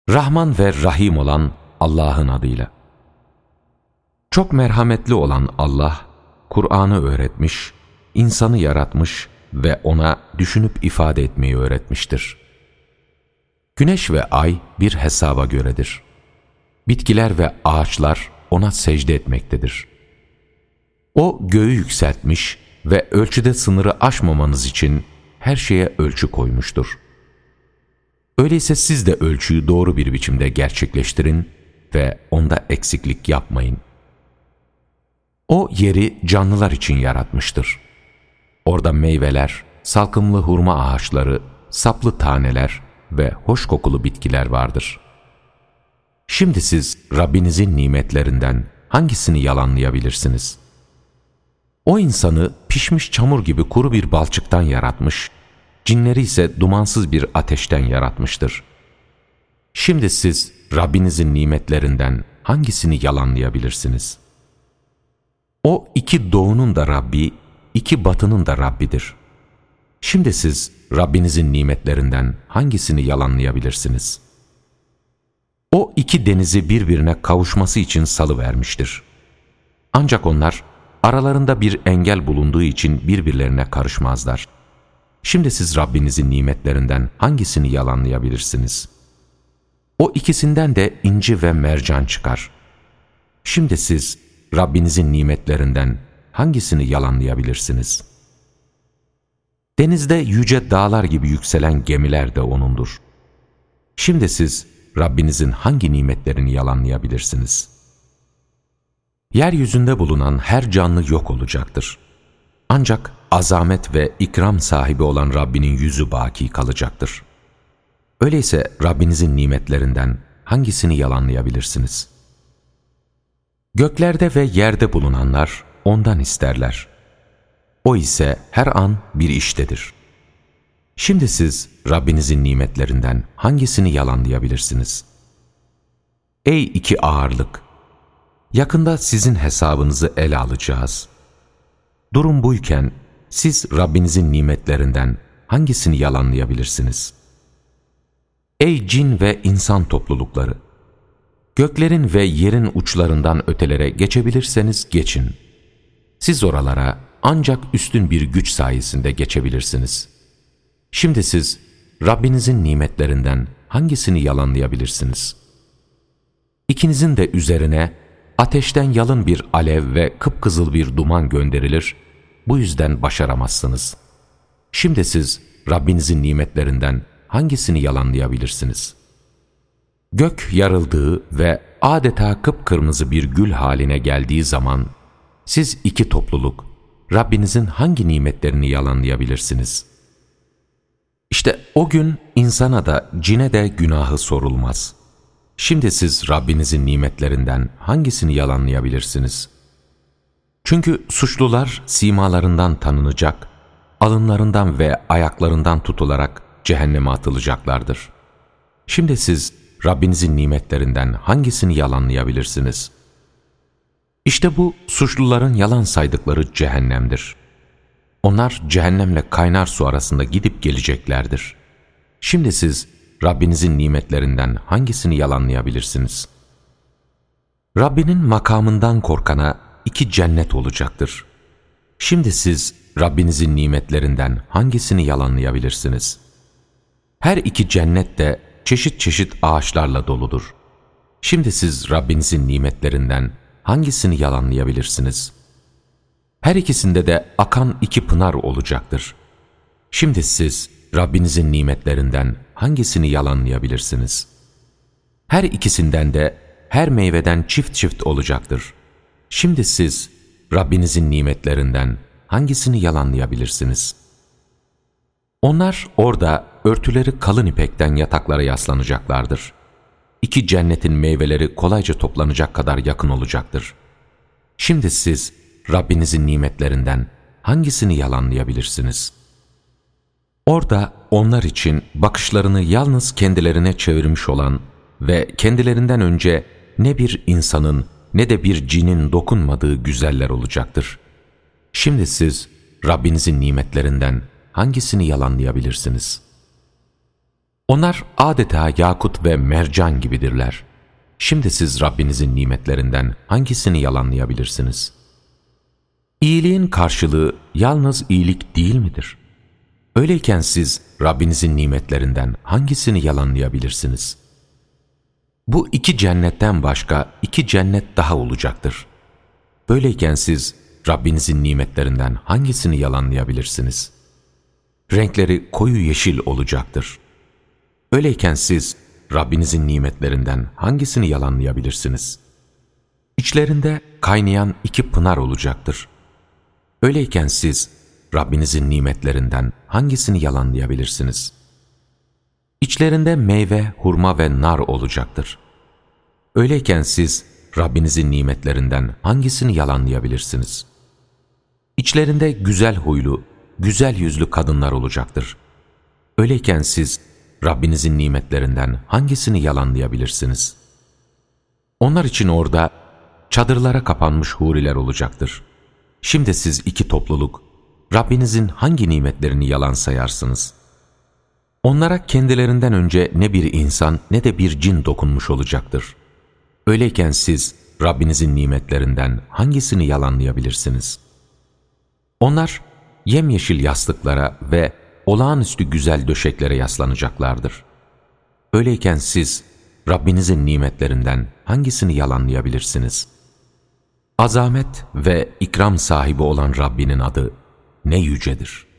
Rahman ve Rahim olan Allah'ın adıyla. Çok merhametli olan Allah, Kur'an'ı öğretmiş, insanı yaratmış ve ona düşünüp ifade etmeyi öğretmiştir. Güneş ve ay bir hesaba göredir. Bitkiler ve ağaçlar ona secde etmektedir. O göğü yükseltmiş ve ölçüde sınırı aşmamanız için her şeye ölçü koymuştur. Öyleyse siz de ölçüyü doğru bir biçimde gerçekleştirin ve onda eksiklik yapmayın. O yeri canlılar için yaratmıştır. Orada meyveler, salkımlı hurma ağaçları, saplı taneler ve hoş kokulu bitkiler vardır. Şimdi siz Rabbinizin nimetlerinden hangisini yalanlayabilirsiniz? O insanı pişmiş çamur gibi kuru bir balçıktan yaratmış, cinleri ise dumansız bir ateşten yaratmıştır. Şimdi siz Rabbinizin nimetlerinden hangisini yalanlayabilirsiniz? O iki doğunun da Rabbi, iki batının da Rabbidir. Şimdi siz Rabbinizin nimetlerinden hangisini yalanlayabilirsiniz? O iki denizi birbirine kavuşması için salıvermiştir. Ancak onlar aralarında bir engel bulunduğu için birbirlerine karışmazlar. Şimdi siz Rabbinizin nimetlerinden hangisini yalanlayabilirsiniz? O ikisinden de inci ve mercan çıkar. Şimdi siz Rabbinizin nimetlerinden hangisini yalanlayabilirsiniz? Denizde yüce dağlar gibi yükselen gemiler de O'nundur. Şimdi siz Rabbinizin hangi nimetlerini yalanlayabilirsiniz? Yeryüzünde bulunan her canlı yok olacaktır. Ancak azamet ve ikram sahibi olan Rabbinin yüzü baki kalacaktır. Öyleyse Rabbinizin nimetlerinden hangisini yalanlayabilirsiniz? Göklerde ve yerde bulunanlar ondan isterler. O ise her an bir iştedir. Şimdi siz Rabbinizin nimetlerinden hangisini yalanlayabilirsiniz? Ey iki ağırlık! Yakında sizin hesabınızı ele alacağız. Durum buyken siz Rabbinizin nimetlerinden hangisini yalanlayabilirsiniz? Ey cin ve insan toplulukları! Göklerin ve yerin uçlarından ötelere geçebilirseniz geçin. Siz oralara ancak üstün bir güç sayesinde geçebilirsiniz. Şimdi siz Rabbinizin nimetlerinden hangisini yalanlayabilirsiniz? İkinizin de üzerine ateşten yalın bir alev ve kıpkızıl bir duman gönderilir, bu yüzden başaramazsınız. Şimdi siz Rabbinizin nimetlerinden hangisini yalanlayabilirsiniz? Gök yarıldığı ve adeta kıpkırmızı bir gül haline geldiği zaman, siz iki topluluk, Rabbinizin hangi nimetlerini yalanlayabilirsiniz? İşte o gün insana da cine de günahı sorulmaz. Şimdi siz Rabbinizin nimetlerinden hangisini yalanlayabilirsiniz? Çünkü suçlular simalarından tanınacak, alınlarından ve ayaklarından tutularak cehenneme atılacaklardır. Şimdi siz Rabbinizin nimetlerinden hangisini yalanlayabilirsiniz? İşte bu suçluların yalan saydıkları cehennemdir. Onlar cehennemle kaynar su arasında gidip geleceklerdir. Şimdi siz Rabbinizin nimetlerinden hangisini yalanlayabilirsiniz? Rabbinin makamından korkana iki cennet olacaktır. Şimdi siz Rabbinizin nimetlerinden hangisini yalanlayabilirsiniz? Her iki cennet de çeşit çeşit ağaçlarla doludur. Şimdi siz Rabbinizin nimetlerinden hangisini yalanlayabilirsiniz? Her ikisinde de akan iki pınar olacaktır. Şimdi siz Rabbinizin nimetlerinden hangisini yalanlayabilirsiniz? Her ikisinden de her meyveden çift çift olacaktır. Şimdi siz Rabbinizin nimetlerinden hangisini yalanlayabilirsiniz? Onlar orada örtüleri kalın ipekten yataklara yaslanacaklardır. İki cennetin meyveleri kolayca toplanacak kadar yakın olacaktır. Şimdi siz Rabbinizin nimetlerinden hangisini yalanlayabilirsiniz? Orada onlar için bakışlarını yalnız kendilerine çevirmiş olan ve kendilerinden önce ne bir insanın ne de bir cinin dokunmadığı güzeller olacaktır. Şimdi siz Rabbinizin nimetlerinden hangisini yalanlayabilirsiniz? Onlar adeta yakut ve mercan gibidirler. Şimdi siz Rabbinizin nimetlerinden hangisini yalanlayabilirsiniz? İyiliğin karşılığı yalnız iyilik değil midir? Öyleyken siz Rabbinizin nimetlerinden hangisini yalanlayabilirsiniz? Bu iki cennetten başka iki cennet daha olacaktır. Böyleyken siz Rabbinizin nimetlerinden hangisini yalanlayabilirsiniz? Renkleri koyu yeşil olacaktır. Öyleyken siz Rabbinizin nimetlerinden hangisini yalanlayabilirsiniz? İçlerinde kaynayan iki pınar olacaktır. Öyleyken siz Rabbinizin nimetlerinden hangisini yalanlayabilirsiniz? İçlerinde meyve, hurma ve nar olacaktır. Öyleyken siz Rabbinizin nimetlerinden hangisini yalanlayabilirsiniz? İçlerinde güzel huylu, güzel yüzlü kadınlar olacaktır. Öyleyken siz Rabbinizin nimetlerinden hangisini yalanlayabilirsiniz? Onlar için orada çadırlara kapanmış huriler olacaktır. Şimdi siz iki topluluk, Rabbinizin hangi nimetlerini yalan sayarsınız? Onlara kendilerinden önce ne bir insan ne de bir cin dokunmuş olacaktır. Öyleyken siz Rabbinizin nimetlerinden hangisini yalanlayabilirsiniz? Onlar yemyeşil yastıklara ve olağanüstü güzel döşeklere yaslanacaklardır. Öyleyken siz Rabbinizin nimetlerinden hangisini yalanlayabilirsiniz? Azamet ve ikram sahibi olan Rabbinin adı ne yücedir.